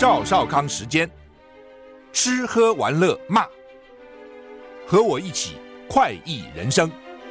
赵少康时间，吃喝玩乐骂，和我一起快意人生。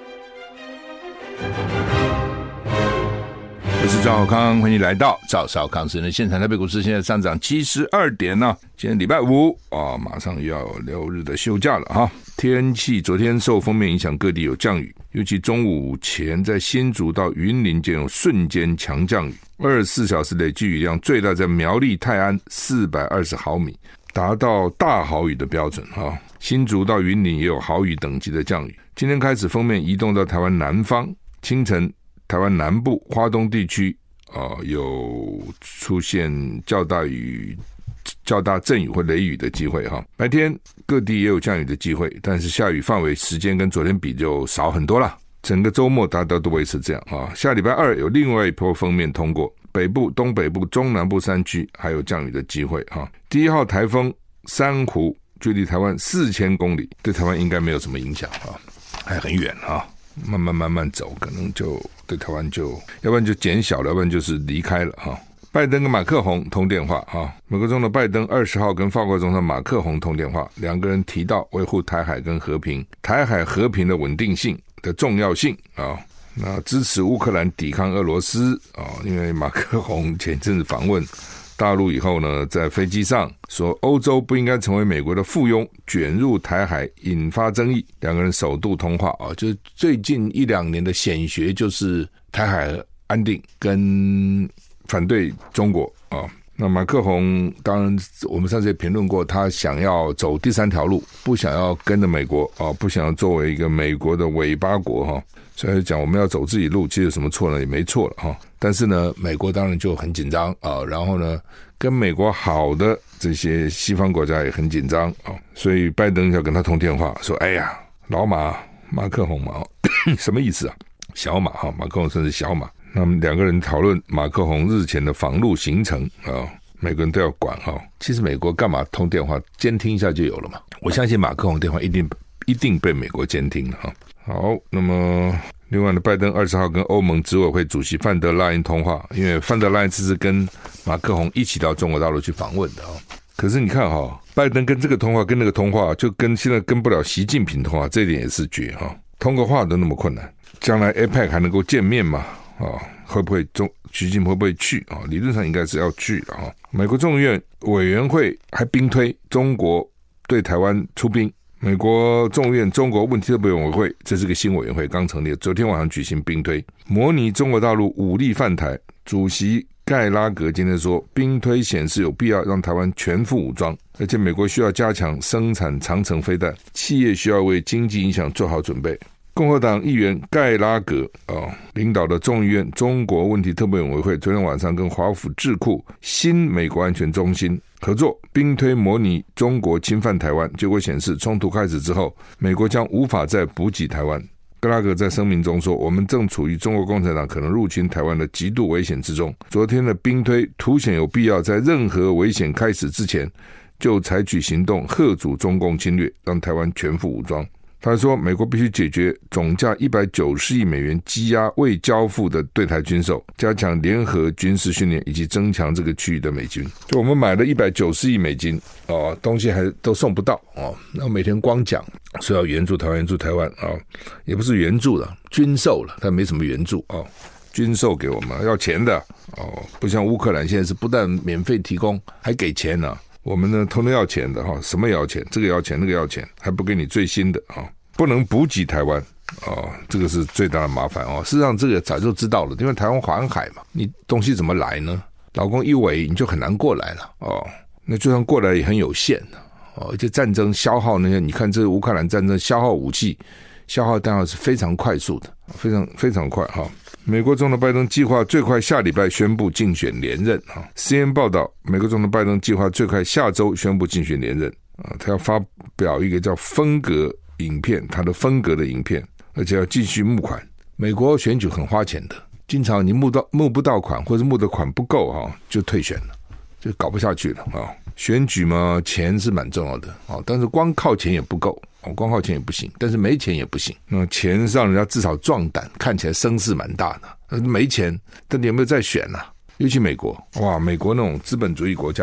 我是赵少康，欢迎来到赵少康时间的现场。台北股市现在上涨72点呢、今天礼拜五啊，马上又要6日的休假了哈。天气昨天受锋面影响，各地有降雨，尤其中午前在新竹到云林间有瞬间强降雨，24小时累计雨量最大在苗栗泰安420毫米，达到大豪雨的标准哈。新竹到云林也有豪雨等级的降雨。今天开始锋面移动到台湾南方，清晨台湾南部、花东地区有出现较大阵雨或雷雨的机会哈。白天各地也有降雨的机会，但是下雨范围时间跟昨天比就少很多了。整个周末大家都维持这样啊。下礼拜二有另外一波锋面通过，北部、东北部、中南部山区还有降雨的机会哈。第1号台风珊瑚距离台湾4000公里，对台湾应该没有什么影响啊，还很远啊。慢慢走，可能就对台湾就要不然就减小了，要不然就是离开了哈。拜登跟马克宏通电话哈，美国总统拜登20号跟法国总统马克宏通电话，两个人提到维护台海跟和平，台海和平的稳定性的重要性啊。那支持乌克兰抵抗俄罗斯啊，因为马克宏前阵子访问大陆以后呢，在飞机上说欧洲不应该成为美国的附庸，卷入台海引发争议。两个人首度通话啊，就是最近1-2年的显学就是台海安定跟反对中国啊。那马克宏当然我们上次也评论过，他想要走第3条路，不想要跟着美国啊，不想要作为一个美国的尾巴国哈。所以讲我们要走自己路，其实有什么错呢？也没错了哈。但是呢，美国当然就很紧张啊，然后呢，跟美国好的这些西方国家也很紧张啊，所以拜登要跟他通电话，说：“哎呀，老马克宏嘛，什么意思啊？小马哈，马克宏甚至小马。”那么两个人讨论马克宏日前的访陆行程啊，每个人都要管哈。其实美国干嘛通电话？监听一下就有了嘛。我相信马克宏电话一定被美国监听了哈。好，那么另外呢，拜登20号跟欧盟执委会主席范德赖恩通话，因为范德赖恩这是跟马克宏一起到中国大陆去访问的啊。可是你看哈，拜登跟这个通话跟那个通话，就跟现在跟不了习近平通话，这一点也是绝哈。通个话都那么困难，将来 APEC 还能够见面吗？啊，会不会习近平会不会去啊？理论上应该是要去的哈。美国众议院委员会还兵推中国对台湾出兵。美国众议院中国问题特别委员会，这是个新委员会刚成立，昨天晚上举行兵推，模拟中国大陆武力犯台。主席盖拉格今天说，兵推显示有必要让台湾全副武装，而且美国需要加强生产长程飞弹，企业需要为经济影响做好准备。共和党议员盖拉格领导的众议院中国问题特别委员会昨天晚上跟华府智库新美国安全中心合作，兵推模拟中国侵犯台湾，结果显示冲突开始之后，美国将无法再补给台湾。格拉格在声明中说，我们正处于中国共产党可能入侵台湾的极度危险之中，昨天的兵推凸显有必要在任何危险开始之前就采取行动嚇阻中共侵略，让台湾全副武装。他说，美国必须解决总价190亿美元积压未交付的对台军售，加强联合军事训练，以及增强这个区域的美军。就我们买了190亿美金东西还都送不到那每天光讲说要援助台湾，援助台湾也不是援助了，军售了，但没什么援助军售给我们要钱的不像乌克兰现在是不但免费提供，还给钱呢。我们呢，通通要钱的什么要钱？这个要钱，那个要钱，还不给你最新的不能补给台湾这个是最大的麻烦事实上，这个早就知道了，因为台湾环海嘛，你东西怎么来呢？老公一围你就很难过来了那就算过来也很有限而且战争消耗那些，你看这个乌克兰战争消耗武器、消耗弹药是非常快速的，非常非常快美国总统拜登计划最快下礼拜宣布竞选连任CNN 报道，美国总统拜登计划最快下周宣布竞选连任他要发表一个叫风格影片，他的风格的影片，而且要继续募款。美国选举很花钱的，经常你募不到款，或者募的款不够就退选了，就搞不下去了选举嘛，钱是蛮重要的但是光靠钱也不够光靠钱也不行，但是没钱也不行。那钱让人家至少壮胆，看起来声势蛮大的。没钱，但你有没有再选尤其美国，美国那种资本主义国家，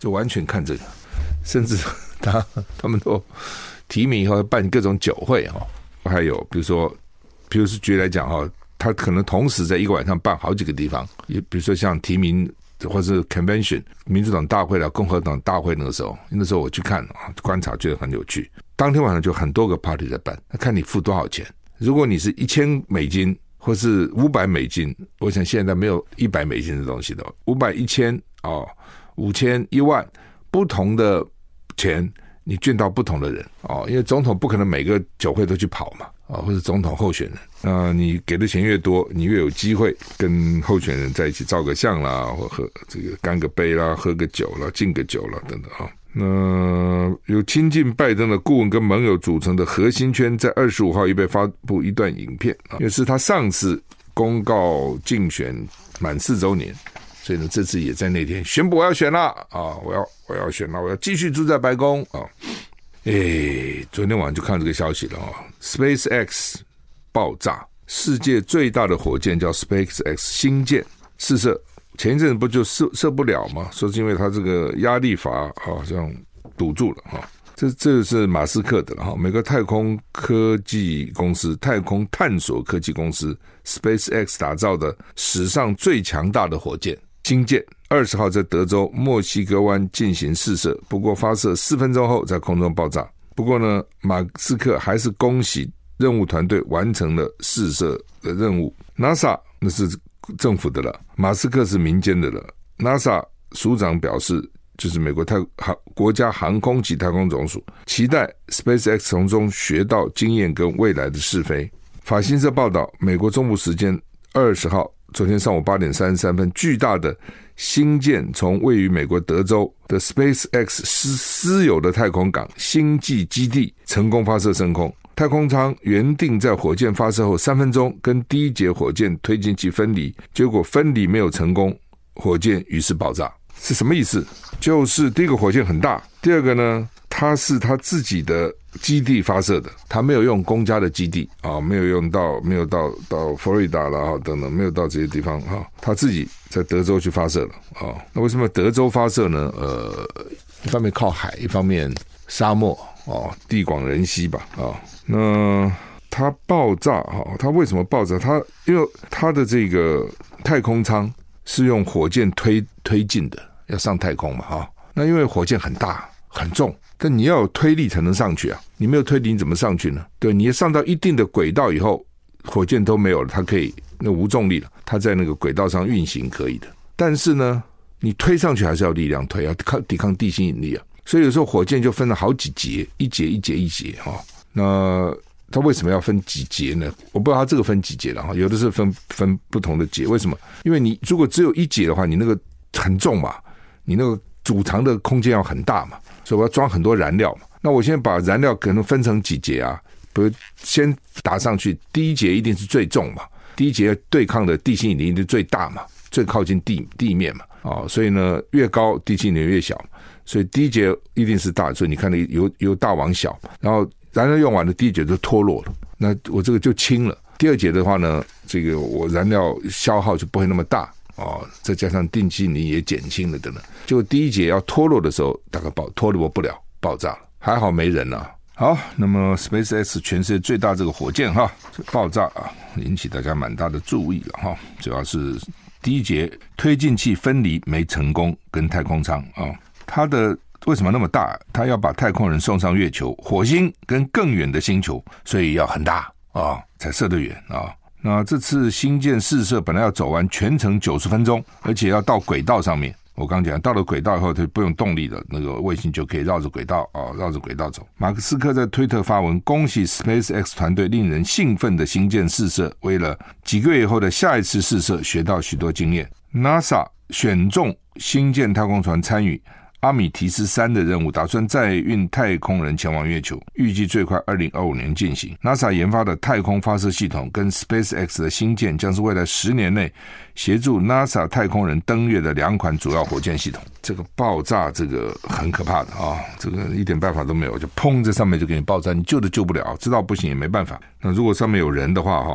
就完全看这个，甚至他们都提名以后办各种酒会哈，还有比如说举例来讲哈，他可能同时在一个晚上办好几个地方，也比如说像提名或是 convention 民主党大会啦、共和党大会那个时候我去看观察，觉得很有趣。当天晚上就很多个 party 在办，那看你付多少钱。如果你是$1000或是$500，我想现在没有$100的东西的，500、1000、5000、10000，不同的钱你捐到不同的人因为总统不可能每个酒会都去跑嘛或者总统候选人，你给的钱越多，你越有机会跟候选人在一起照个相啦，或喝这个干个杯啦，喝个酒啦，敬个酒啦等等那由亲近拜登的顾问跟盟友组成的核心圈在25号也被发布一段影片因为是他上次公告竞选满4周年，所以呢这次也在那天宣布我要选了我要选了，我要继续住在白宫昨天晚上就看这个消息了SpaceX 爆炸，世界最大的火箭叫 SpaceX 星舰试射，前一阵子不就射不了吗？说是因为他这个压力阀好像堵住了这是马斯克的了美国太空科技公司太空探索科技公司 SpaceX 打造的史上最强大的火箭星舰20号在德州墨西哥湾进行试射，不过发射4分钟后在空中爆炸。不过呢，马斯克还是恭喜任务团队完成了试射的任务。 NASA 那是政府的了，马斯克是民间的了。 NASA 署长表示，就是美国国家航空及太空总署期待 SpaceX 从中学到经验跟未来的是非。法新社报道，美国中部时间20号昨天上午8点33分，巨大的星舰从位于美国德州的 SpaceX 私有的太空港星际基地成功发射升空。太空舱原定在火箭发射后3分钟跟第一节火箭推进器分离，结果分离没有成功，火箭于是爆炸。是什么意思？就是第一个火箭很大，第二个呢，它是他自己的基地发射的，他没有用公家的基地没有到佛罗里达啦等等，没有到这些地方他自己在德州去发射了那为什么德州发射呢？一方面靠海，一方面沙漠地广人稀吧那它爆炸它为什么爆炸？因为它的这个太空舱是用火箭推进的，要上太空嘛那因为火箭很大很重，但你要有推力才能上去你没有推力你怎么上去呢？对，你上到一定的轨道以后，火箭都没有了，它可以那无重力了，它在那个轨道上运行可以的。但是呢，你推上去还是要力量推，要抵抗地心引力所以有时候火箭就分了好几节，一节那它为什么要分几节呢？我不知道它这个分几节了有的是分不同的节。为什么？因为你如果只有一节的话，你那个很重嘛，你那个储藏的空间要很大嘛，所以我要装很多燃料嘛。那我现在把燃料可能分成几节比如先打上去，第一节一定是最重嘛，第一节对抗的地心引力一定最大嘛，最靠近地面嘛所以呢越高地心引力越小，所以第一节一定是大，所以你看由大往小，然后燃料用完了，第一节就脱落了，那我这个就轻了。第二节的话呢，这个我燃料消耗就不会那么大再加上地心引力也减轻了等等，就第一节要脱落的时候，大概脱落不了，爆炸了，还好没人好，那么 SpaceX 全世界最大这个火箭爆炸引起大家蛮大的注意了主要是第一节推进器分离没成功，跟太空舱它的为什么那么大？它要把太空人送上月球、火星跟更远的星球，所以要很大才射得远那这次星舰试射本来要走完全程90分钟，而且要到轨道上面。我刚讲到了轨道以后，它不用动力的那个卫星就可以绕着轨道走。马斯克在推特发文恭喜 SpaceX 团队令人兴奋的星舰试射，为了几个月以后的下一次试射学到许多经验。 NASA 选中星舰太空船参与阿米提斯3的任务，打算载运太空人前往月球，预计最快2025年进行。 NASA 研发的太空发射系统跟 SpaceX 的星舰将是未来10年内协助 NASA 太空人登月的2款主要火箭系统。这个爆炸这个很可怕的这个一点办法都没有，就砰在上面就给你爆炸，你救都救不了，知道不行也没办法。那如果上面有人的话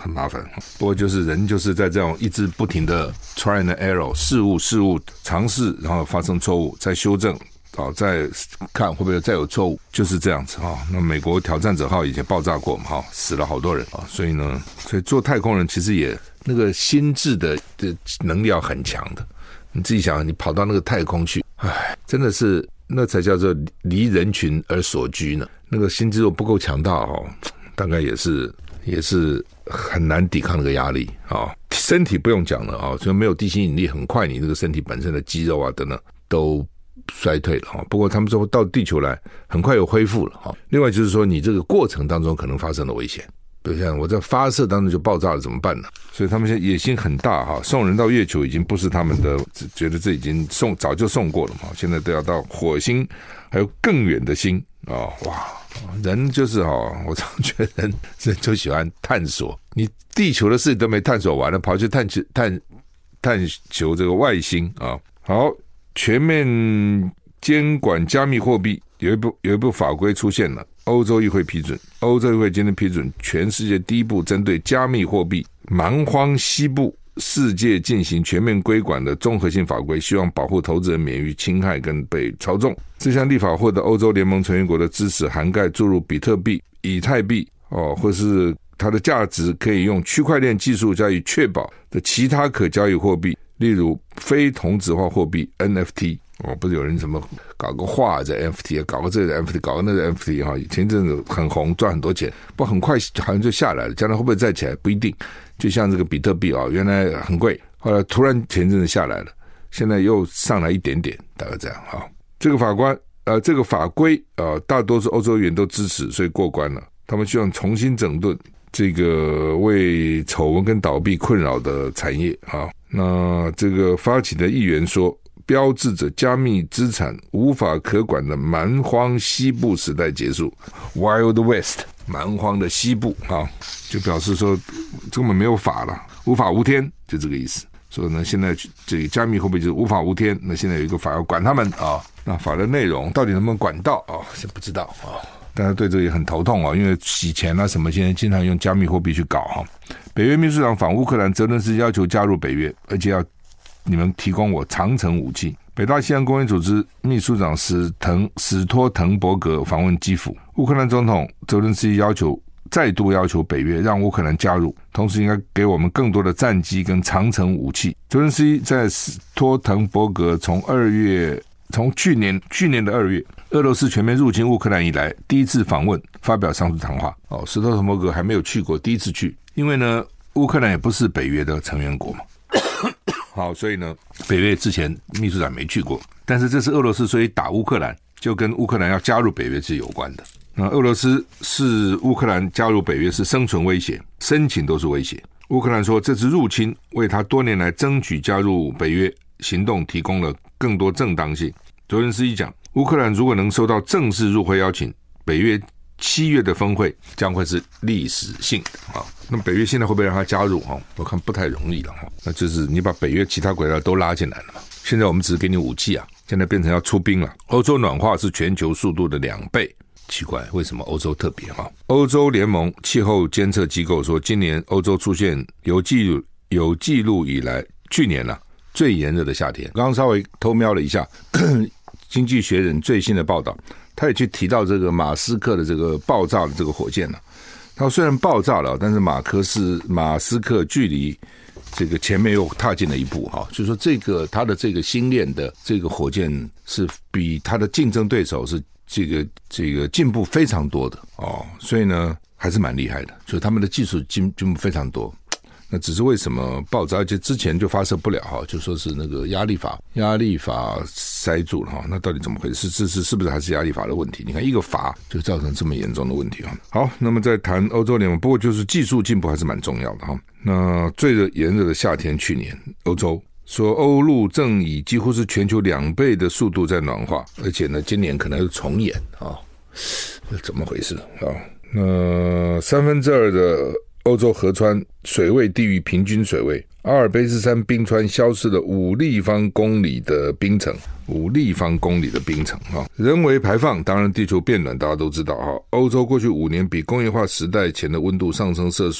很麻烦。不过就是人就是在这种一直不停的 try and error 事物尝试，然后发生错误，再修正。再看会不会再有错误，就是这样子那美国挑战者号以前爆炸过嘛死了好多人所以做太空人其实也那个心智的能力要很强的。你自己想，你跑到那个太空去，真的是那才叫做离人群而所居呢。那个心智如果不够强大大概也是很难抵抗那个压力身体不用讲了所以没有地心引力，很快你这个身体本身的肌肉等等都衰退了不过他们说到地球来很快又恢复了另外就是说你这个过程当中可能发生了危险，比如像我在发射当中就爆炸了怎么办呢？所以他们现在野心很大送人到月球已经不是他们的，觉得这已经早就送过了嘛，现在都要到火星还有更远的星哇，人就是我常觉得人就喜欢探索，你地球的事情都没探索完了，跑去探求这个外星好，全面监管加密货币有一部法规出现了，欧洲议会批准，欧洲议会今天批准全世界第一部针对加密货币蛮荒西部世界进行全面规管的综合性法规，希望保护投资人免于侵害跟被操纵。这项立法获得欧洲联盟成员国的支持，涵盖注入比特币、以太币或是它的价值可以用区块链技术加以确保的其他可交易货币，例如非同质化货币 NFT不是有人什么搞个画在 NFT 搞个这个 NFT 搞个那个 NFT 前阵子很红赚很多钱，不过很快好像就下来了，将来会不会再起来不一定。就像这个比特币原来很贵，后来突然前阵子下来了，现在又上来一点点，大概这样这个法规大多数欧洲议员都支持，所以过关了。他们希望重新整顿这个为丑闻跟倒闭困扰的产业那这个发起的议员说，标志着加密资产无法可管的蛮荒西部时代结束 Wild West 蛮荒的西部就表示说根本没有法了，无法无天，就这个意思。所以呢，现在这个加密货币就是无法无天，那现在有一个法要管他们那法的内容到底能不能管到是不知道大家对这个也很头痛因为洗钱什么现在经常用加密货币去搞北约秘书长访乌克兰，泽伦斯基要求加入北约，而且要你们提供我长程武器。北大西洋公约组织秘书长史托滕伯格访问基辅，乌克兰总统泽伦斯基再度要求北约让乌克兰加入，同时应该给我们更多的战机跟长程武器。泽伦斯基在史托滕伯格从去年的2月俄罗斯全面入侵乌克兰以来第一次访问，发表上述谈话史托滕伯格还没有去过，第一次去，因为呢乌克兰也不是北约的成员国嘛好，所以呢北约之前秘书长没去过，但是这是俄罗斯所以打乌克兰，就跟乌克兰要加入北约是有关的。那俄罗斯是乌克兰加入北约是生存威胁，申请都是威胁。乌克兰说这次入侵为他多年来争取加入北约行动提供了更多正当性。泽连斯基讲，乌克兰如果能收到正式入会邀请，北约7月的峰会将会是历史性的那北约现在会不会让他加入我看不太容易了那就是你把北约其他国家都拉进来了嘛。现在我们只是给你武器现在变成要出兵了。欧洲暖化是全球速度的2倍，奇怪为什么欧洲特别欧洲联盟气候监测机构说，今年欧洲出现有记录以来去年最炎热的夏天。刚刚稍微偷瞄了一下经济学人最新的报道，他也去提到这个马斯克的这个爆炸的这个火箭他虽然爆炸了，但是马斯克距离这个前面又踏进了一步就是说他的这个星链的这个火箭是比他的竞争对手是这个进步非常多的所以呢还是蛮厉害的，所以他们的技术进步非常多。那只是为什么爆炸，而且之前就发射不了就说是那个压力阀塞住了那到底怎么回事？是不是还是压力阀的问题？你看一个阀就造成这么严重的问题好，那么在谈欧洲联盟，不过就是技术进步还是蛮重要的那最炎热的夏天，去年欧洲说欧陆正以几乎是全球2倍的速度在暖化，而且呢今年可能又重演怎么回事那2/3的欧洲河川水位低于平均水位，阿尔卑斯山冰川消失了5立方公里的冰层人为排放，当然地球变暖大家都知道欧洲过去5年比工业化时代前的温度上升摄氏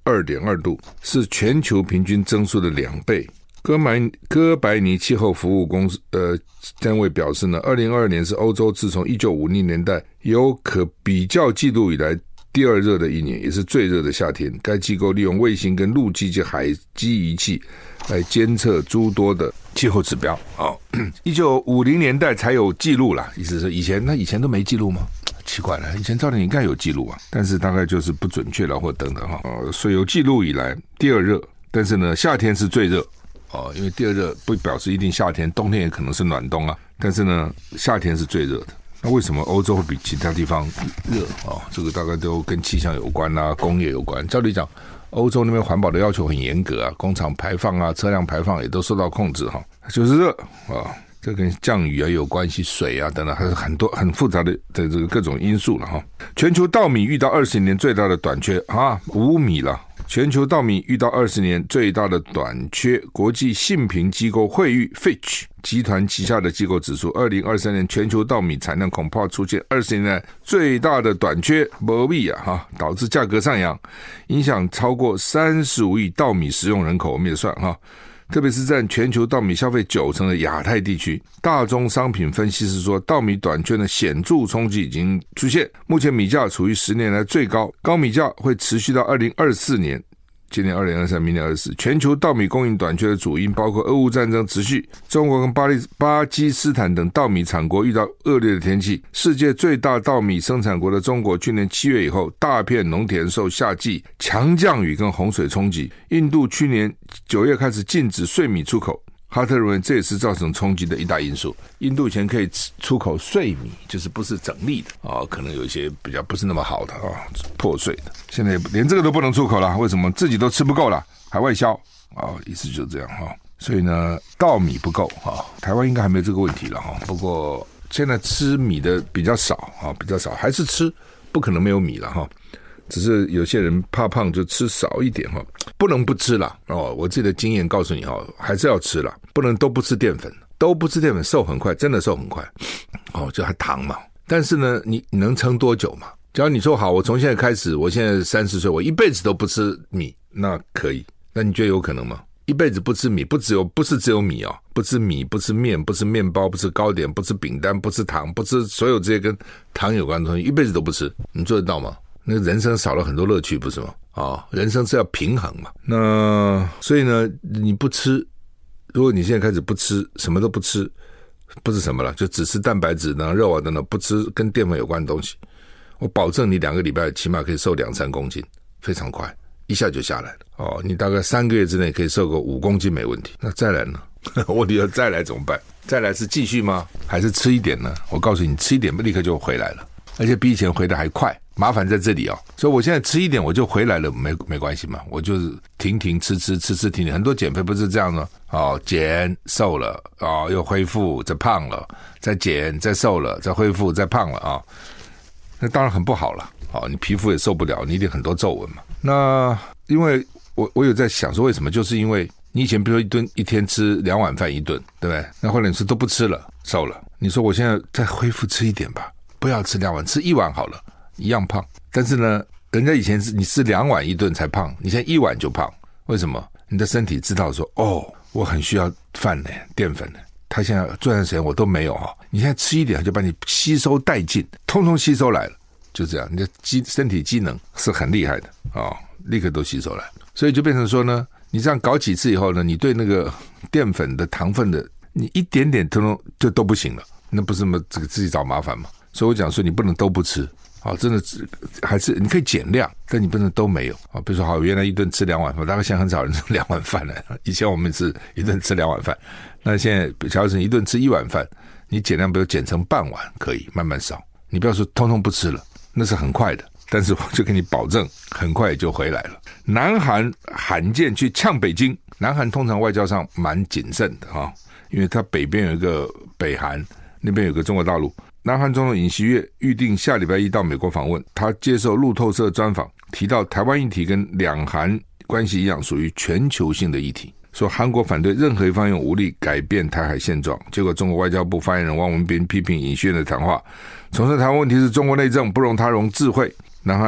2.2 度，是全球平均增速的2倍。哥白尼气候服务单位表示呢，2022年是欧洲自从1950年代有可比较记录以来第2热的一年，也是最热的夏天。该机构利用卫星跟陆基及海基仪器来监测诸多的气候指标。1950年代才有记录啦，意思是以前都没记录吗？奇怪了，以前照理应该有记录啊，但是大概就是不准确了或等等哈。所以有记录以来第2热，但是呢夏天是最热。因为第2热不表示一定夏天，冬天也可能是暖冬啊。但是呢，夏天是最热的。那为什么欧洲会比其他地方热？这个大概都跟气象有关啊，工业有关。照理讲，欧洲那边环保的要求很严格啊，工厂排放啊、车辆排放也都受到控制哈，就是热啊。这跟降雨啊有关系，水啊等等，还是很多很复杂的这个各种因素了哈。全球稻米遇到20年最大的短缺啊，5米了。全球稻米遇到20年最大的短缺，国际信评机构惠誉 Fitch 集团旗下的机构指出，2023年全球稻米产量恐怕出现20年来最大的短缺，没米啊，导致价格上扬，影响超过35亿稻米食用人口。我们也算哈。特别是占全球稻米消费90%的亚太地区，大宗商品分析师说，稻米短缺的显著冲击已经出现，目前米价处于10年来最高，高米价会持续到2024年，今年2023，明年24。全球稻米供应短缺的主因包括俄乌战争持续，中国跟巴基斯坦等稻米产国遇到恶劣的天气。世界最大稻米生产国的中国，去年7月以后，大片农田受夏季强降雨跟洪水冲击。印度去年9月开始禁止碎米出口，哈特认为这也是造成冲击的一大因素。印度以前可以出口碎米，就是不是整粒的可能有一些比较不是那么好的破碎的，现在连这个都不能出口了。为什么？自己都吃不够了，还外销意思就是这样所以呢，稻米不够台湾应该还没有这个问题了不过现在吃米的比较少还是吃，不可能没有米了只是有些人怕胖就吃少一点不能不吃啦我自己的经验告诉你还是要吃啦，不能都不吃淀粉，瘦很快，真的瘦很快就还糖嘛。但是呢，你能撑多久嘛？只要你说好，我从现在开始，我现在30岁，我一辈子都不吃米，那可以。那你觉得有可能吗？一辈子不吃米，不是只有米不吃米，不吃面，不吃面包，不吃糕点，不吃饼干，不吃糖，不吃所有这些跟糖有关的东西，一辈子都不吃，你做得到吗？那人生少了很多乐趣，不是吗？人生是要平衡嘛。那所以呢，你不吃，如果你现在开始不吃，什么都不吃，不是什么了，就只吃蛋白质肉啊等等，不吃跟淀粉有关的东西，我保证你2个礼拜起码可以瘦2-3公斤，非常快，一下就下来了你大概3个月之内可以瘦个5公斤没问题。那再来呢？我觉得再来怎么办？再来是继续吗？还是吃一点呢？我告诉你，吃一点立刻就回来了，而且比以前回的还快。麻烦在这里所以我现在吃一点我就回来了，没关系嘛，我就是停吃停。很多减肥不是这样的减瘦了又恢复，再胖了，再减再瘦了，再恢复再胖了那当然很不好了你皮肤也受不了，你一定很多皱纹嘛。那因为我有在想说为什么，就是因为你以前比如说一天吃2碗饭一顿，对不对？那后来你是都不吃了，瘦了，你说我现在再恢复吃一点吧，不要吃2碗，吃1碗好了，一样胖。但是呢，人家以前是你吃2碗一顿才胖，你现在1碗就胖，为什么？你的身体知道说我很需要饭呢，淀粉呢，他现在这段时间我都没有你现在吃一点就把你吸收殆尽，通通吸收来了，就这样，你的身体机能是很厉害的立刻都吸收来，所以就变成说呢，你这样搞几次以后呢，你对那个淀粉的糖分的你一点点通通就都不行了，那不是这个自己找麻烦吗？所以我讲说你不能都不吃真的还是你可以减量，但你不能都没有比如说原来一顿吃2碗饭，大概现在很少人吃2碗饭了，以前我们是一顿吃2碗饭，那现在假如是一顿吃1碗饭，你减量比如减成半碗可以慢慢少，你不要说通通不吃了，那是很快的，但是我就给你保证很快也就回来了。南韩罕见去呛北京，南韩通常外交上蛮谨慎的因为它北边有一个北韩，那边有个中国大陆。南韩总统尹锡悦预定下礼拜1到美国访问，他接受路透社专访，提到台湾议题跟两韩关系一样属于全球性的议题，说韩国反对任何一方用武力改变台海现状。结果中国外交部发言人汪文斌批评尹锡悦的谈话，重申台湾问题是中国内政，不容他容置喙。南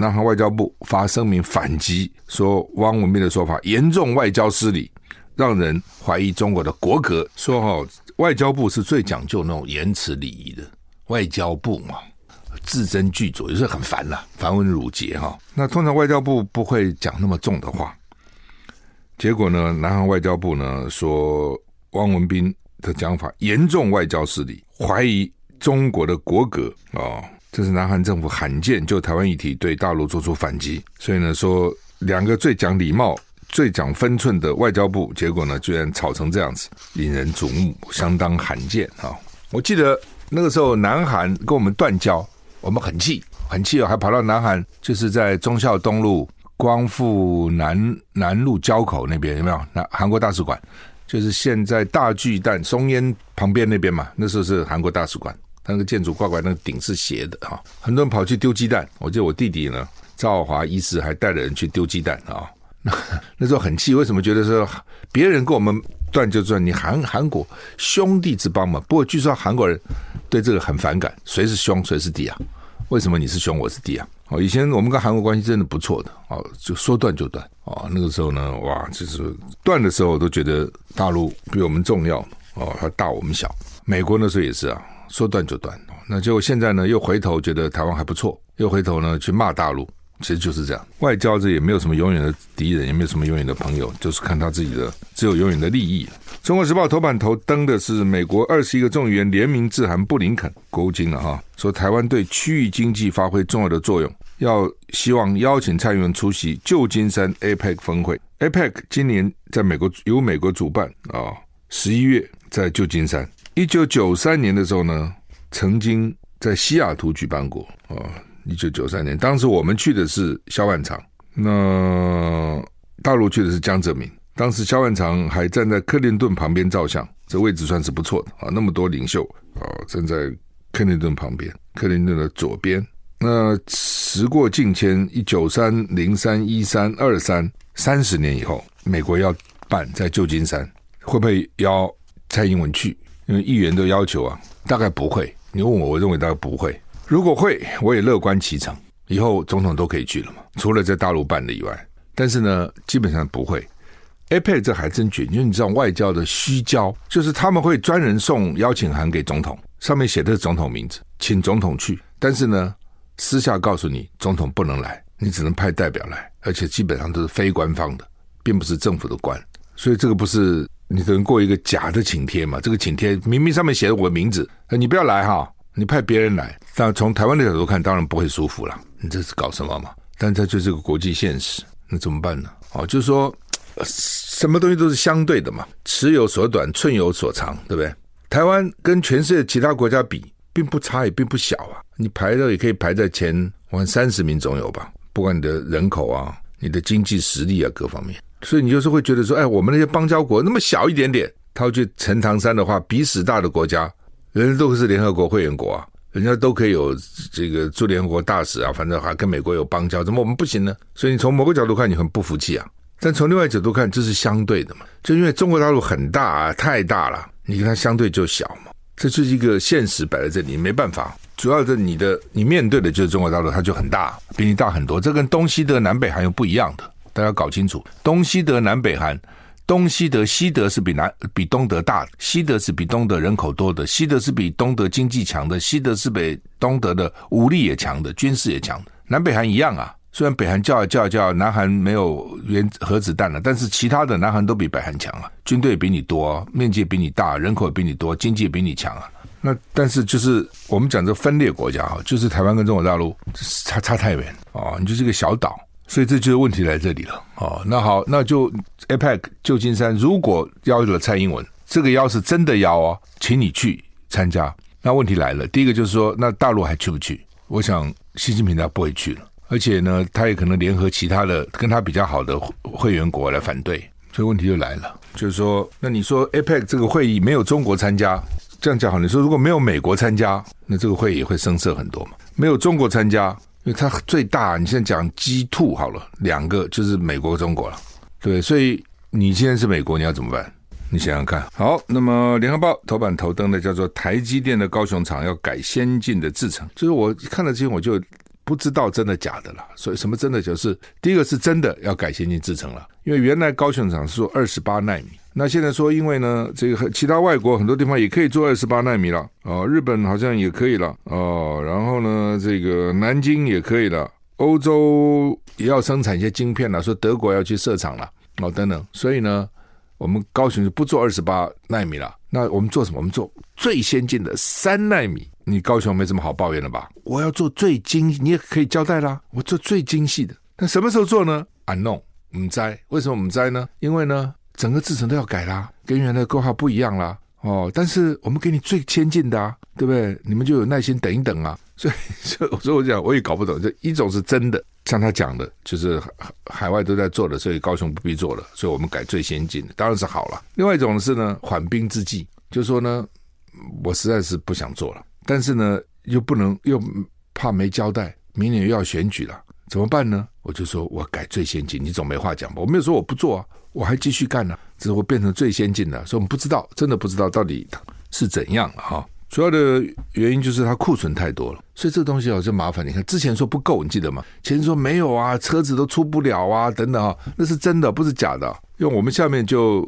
南韩外交部发声明反击，说汪文斌的说法严重外交失礼，让人怀疑中国的国格。说外交部是最讲究那种言辞礼仪的，外交部嘛，字斟句酌，有时候很烦啦，繁文缛节哈。那通常外交部不会讲那么重的话。结果呢，南韩外交部呢说汪文斌的讲法严重外交失礼，怀疑中国的国格这是南韩政府罕见就台湾议题对大陆做出反击。所以呢，说两个最讲礼貌、最讲分寸的外交部，结果呢居然吵成这样子，引人瞩目，相当罕见我记得那个时候南韩跟我们断交，我们很气还跑到南韩，就是在忠孝东路光复南路交口那边，有没有？韩国大使馆，就是现在大巨蛋松烟旁边那边嘛，那时候是韩国大使馆，那个建筑怪怪，那个顶是斜的很多人跑去丢鸡蛋，我记得我弟弟呢赵耀华医师还带着人去丢鸡蛋那时候很气，为什么觉得说别人跟我们断就断，你韩国兄弟之邦嘛？不过据说韩国人对这个很反感，谁是兄谁是弟啊？为什么你是兄我是弟啊？以前我们跟韩国关系真的不错的就说断就断那个时候呢，哇，就是断的时候我都觉得大陆比我们重要它大我们小。美国那时候也是说断就断那结果现在呢又回头觉得台湾还不错，又回头呢去骂大陆。其实就是这样，外交这也没有什么永远的敌人，也没有什么永远的朋友，就是看他自己的，只有永远的利益。中国时报头版头登的是美国21个众议员联名致函布林肯国务卿说台湾对区域经济发挥重要的作用，希望邀请蔡英文出席旧金山 APEC 峰会。APEC 今年在由美国主办11月在旧金山。1993年的时候呢，曾经在西雅图举办过1993年，当时我们去的是萧万长，那大陆去的是江泽民。当时萧万长还站在克林顿旁边照相，这位置算是不错的那么多领袖站在克林顿旁边，克林顿的左边。那时过境迁，193、03、13、23 30年以后，美国要办在旧金山，会不会邀蔡英文去？因为议员都要求大概不会。你问我认为大概不会。如果会，我也乐观其成，以后总统都可以去了嘛，除了在大陆办的以外。但是呢，基本上不会。APEC 这还真绝，因为你知道外交的虚交，就是他们会专人送邀请函给总统，上面写的是总统名字，请总统去。但是呢，私下告诉你，总统不能来，你只能派代表来，而且基本上都是非官方的，并不是政府的官。所以这个不是你等于过一个假的请帖嘛？这个请帖明明上面写了我的名字，你不要来你派别人来，但从台湾的角度看，当然不会舒服了。你这是搞什么嘛？但这就是个国际现实，那怎么办呢？就是说，什么东西都是相对的嘛，尺有所短，寸有所长，对不对？台湾跟全世界其他国家比，并不差，也并不小你排的也可以排在前30名总有吧，不管你的人口你的经济实力各方面。所以你就是会觉得说，我们那些邦交国那么小一点点，他会去陈唐山的话，比死大的国家。人家都是联合国会员国人家都可以有这个驻联合国大使反正还跟美国有邦交，怎么我们不行呢？所以你从某个角度看你很不服气但从另外一个角度看，这是相对的嘛，就因为中国大陆很大太大了，你跟它相对就小嘛，这就是一个现实摆在这里，没办法。主要的你面对的就是中国大陆，它就很大，比你大很多，这跟东西德南北韩又不一样的，大家搞清楚，东西德南北韩。东西德，西德是比东德大的，西德是比东德人口多的，西德是比东德经济强的，西德是比东德的武力也强的，军事也强的。南北韩一样虽然北韩叫，南韩没有核子弹了，但是其他的南韩都比北韩强军队比你多面积比你大，人口也比你多，经济也比你强那但是就是我们讲这分裂国家就是台湾跟中国大陆差太远你就是一个小岛。所以这就是问题来这里了那好，那就 APEC 旧金山如果邀了蔡英文，这个邀是真的邀请你去参加。那问题来了，第一个就是说，那大陆还去不去？我想习近平他不会去了，而且呢，他也可能联合其他的跟他比较好的会员国来反对。所以问题就来了，就是说，那你说 APEC 这个会议没有中国参加，这样讲好，你说如果没有美国参加，那这个会也会生涩很多嘛。没有中国参加。因为它最大，你现在讲 G2 好了，2个就是美国中国了，对，所以你现在是美国，你要怎么办？你想想看。好，那么联合报头版头登的叫做台积电的高雄厂要改先进的制程，就是我看了之前我就不知道真的假的了。所以什么真的就是第一个是真的要改先进制程了，因为原来高雄厂是做28奈米，那现在说因为呢这个其他外国很多地方也可以做28奈米了日本好像也可以了然后呢这个南京也可以了，欧洲也要生产一些晶片了，说德国要去设厂了等等，所以呢我们高雄就不做28奈米了。那我们做什么？我们做最先进的3奈米。你高雄没什么好抱怨的吧？我要做最精，你也可以交代啦，我做最精细的。那什么时候做呢？ unknown， 我们知为什么我们知呢？因为呢整个制程都要改啦，跟原来的规划不一样啦但是我们给你最先进的对不对？你们就有耐心等一等所以我讲我也搞不懂，这一种是真的，像他讲的就是海外都在做的，所以高雄不必做了，所以我们改最先进的，当然是好了。另外一种是呢缓兵之计，就是说呢我实在是不想做了，但是呢又不能，又怕没交代，明年又要选举了，怎么办呢？我就说我改最先进，你总没话讲吧？我没有说我不做我还继续干只是我变成最先进的，所以我们不知道，真的不知道到底是怎样了主要的原因就是它库存太多了，所以这个东西就麻烦。你看之前说不够，你记得吗？前说没有车子都出不了等等那是真的，不是假的。因为我们下面就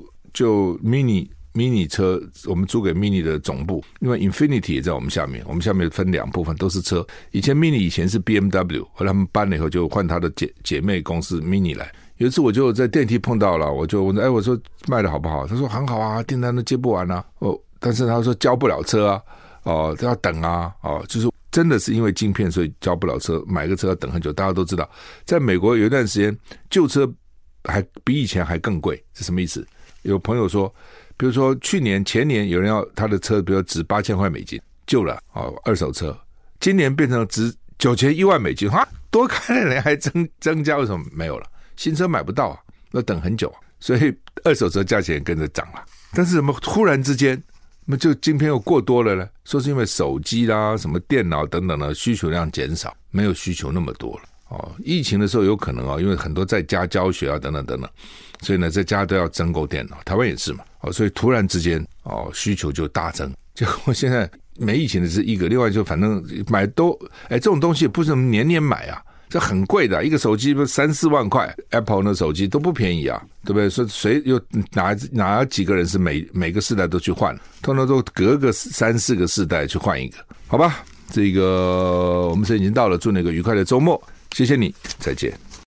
mini 车，我们租给 mini 的总部，因为 Infinity 也在我们下面，我们下面分2部分，都是车。以前 mini 以前是 BMW， 后来他们搬了以后就换他的姐妹公司 mini 来。有一次我就在电梯碰到了，我就问我说卖的好不好？他说很好订单都接不完但是他说交不了车都要等就是真的是因为晶片所以交不了车，买个车要等很久。大家都知道在美国有一段时间旧车还比以前还更贵，是什么意思？有朋友说比如说前年有人要他的车比如值$8000美旧了二手车，今年变成值$91万多开的人还增加，为什么没有了？新车买不到要等很久所以二手车价钱也跟着涨了。但是怎么忽然之间就晶片又过多了呢？说是因为手机啦什么电脑等等的需求量减少，没有需求那么多了疫情的时候有可能因为很多在家教学等等等等，所以呢在家都要增购电脑，台湾也是嘛所以突然之间需求就大增。结果现在没疫情的是一个，另外就反正买都这种东西也不是年年买这很贵的，一个手机3-4万块 Apple 的手机都不便宜对不对？所以谁又哪几个人是每个世代都去换，通常都隔个3-4个世代去换一个，好吧？这个我们时间已经到了，祝你一个愉快的周末，谢谢你，再见。